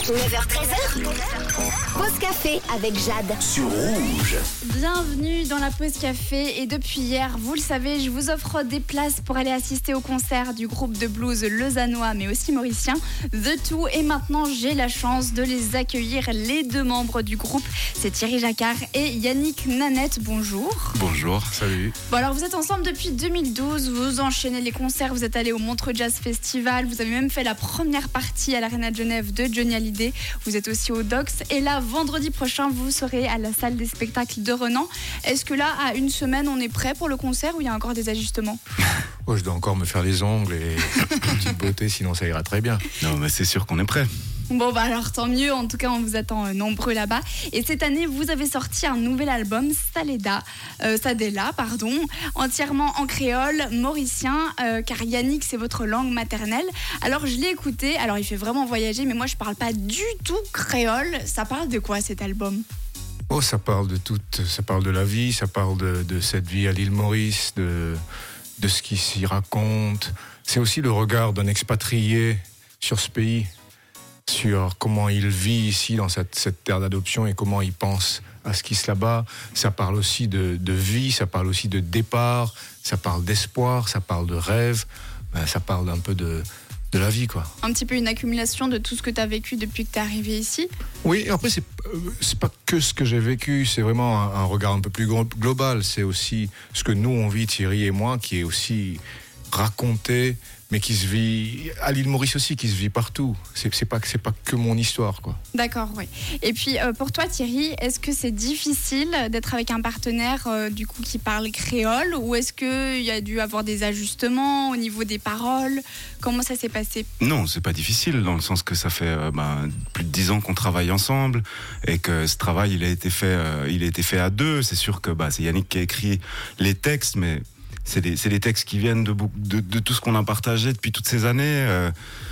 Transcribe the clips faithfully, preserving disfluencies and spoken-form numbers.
neuf heures treize heures. Pause café avec Jade. Sur Rouge. Bienvenue dans la pause café et depuis hier, vous le savez, je vous offre des places pour aller assister au concert du groupe de blues lausannois mais aussi mauricien The Two, et maintenant j'ai la chance de les accueillir, les deux membres du groupe, c'est Thierry Jacquard et Yannick Nanette. Bonjour. Bonjour, salut. Bon alors vous êtes ensemble depuis deux mille douze, vous enchaînez les concerts, vous êtes allé au Montreux Jazz Festival, vous avez même fait la première partie à l'Arena de Genève de Johnny Hallyday, vous êtes aussi au Dox et là vendredi prochain vous serez à la salle des spectacles de Renan. Est-ce que là à une semaine on est prêt pour le concert ou il y a encore des ajustements? Oh, je dois encore me faire les ongles et une petite beauté, sinon ça ira très bien. Non, mais c'est sûr qu'on est prêt. Bon bah alors tant mieux, en tout cas on vous attend euh, nombreux là-bas. Et cette année vous avez sorti un nouvel album, Saleda, euh, Sadela, pardon, entièrement en créole, mauricien, euh, car Yannick c'est votre langue maternelle. Alors je l'ai écouté, alors il fait vraiment voyager, mais moi je parle pas du tout créole. Ça parle de quoi cet album? Oh, ça parle de tout, ça parle de la vie, ça parle de, de cette vie à l'île Maurice, de, de ce qui s'y raconte. C'est aussi le regard d'un expatrié sur ce pays, sur comment il vit ici dans cette, cette terre d'adoption et comment il pense à ce qui se là-bas. Ça parle aussi de, de vie, ça parle aussi de départ, ça parle d'espoir, ça parle de rêve, ben, ça parle un peu de, de la vie, quoi. Un petit peu une accumulation de tout ce que tu as vécu depuis que tu es arrivé ici? Oui, après, c'est, euh, c'est pas que ce que j'ai vécu, c'est vraiment un, un regard un peu plus gro- global. C'est aussi ce que nous, on vit, Thierry et moi, qui est aussi raconté, mais qui se vit à l'île Maurice aussi, qui se vit partout. C'est, c'est pas, c'est pas que mon histoire, quoi. D'accord, oui. Et puis, euh, pour toi, Thierry, est-ce que c'est difficile d'être avec un partenaire euh, du coup qui parle créole, ou est-ce qu'il y a dû avoir des ajustements au niveau des paroles? Comment ça s'est passé? Non, c'est pas difficile, dans le sens que ça fait euh, ben, plus de dix ans qu'on travaille ensemble et que ce travail, il a été fait, euh, il a été fait à deux. C'est sûr que bah, c'est Yannick qui a écrit les textes, mais c'est des, c'est des textes qui viennent de, de, de tout ce qu'on a partagé depuis toutes ces années. Euh,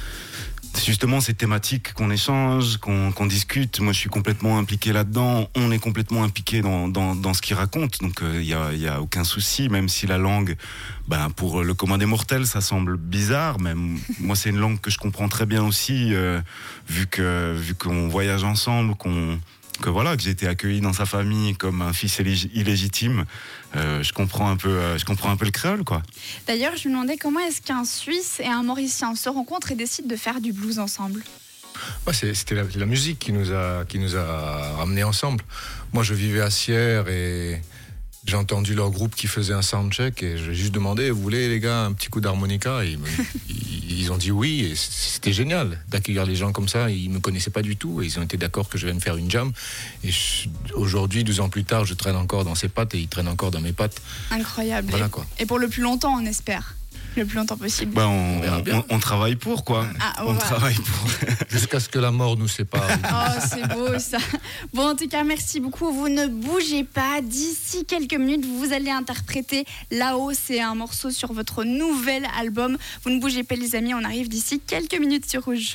c'est justement ces thématiques qu'on échange, qu'on, qu'on discute. Moi, je suis complètement impliqué là-dedans. On est complètement impliqué dans, dans, dans ce qu'il raconte. Donc, il euh, n'y a, y a aucun souci, même si la langue, ben, pour le commun des mortels, ça semble bizarre. Même moi, c'est une langue que je comprends très bien aussi, euh, vu que, vu qu'on voyage ensemble, qu'on... que voilà, que j'ai été accueilli dans sa famille comme un fils illégitime. Euh, je comprends un peu, euh, je comprends un peu le créole, quoi. D'ailleurs, je me demandais comment est-ce qu'un Suisse et un Mauricien se rencontrent et décident de faire du blues ensemble. Ouais, c'est, c'était la, la musique qui nous a, qui nous a ramenés ensemble. Moi, je vivais à Sierre et j'ai entendu leur groupe qui faisait un soundcheck et j'ai juste demandé, vous voulez les gars un petit coup d'harmonica? Et ils, ils ont dit oui et c'était génial d'accueillir les gens comme ça. Ils me connaissaient pas du tout et ils ont été d'accord que je vienne faire une jam. Et je, aujourd'hui, douze ans plus tard, je traîne encore dans ses pattes et ils traînent encore dans mes pattes. Incroyable. Voilà, quoi. Et pour le plus longtemps, on espère. Le plus longtemps possible. Bah on, verra bien. on, on travaille pour, quoi. Ah, on voilà. travaille pour. Jusqu'à ce que la mort nous sépare. Oh, c'est beau ça. Bon, en tout cas, merci beaucoup. Vous ne bougez pas. D'ici quelques minutes, vous allez interpréter Là-haut. C'est un morceau sur votre nouvel album. Vous ne bougez pas, les amis. On arrive d'ici quelques minutes sur Rouge.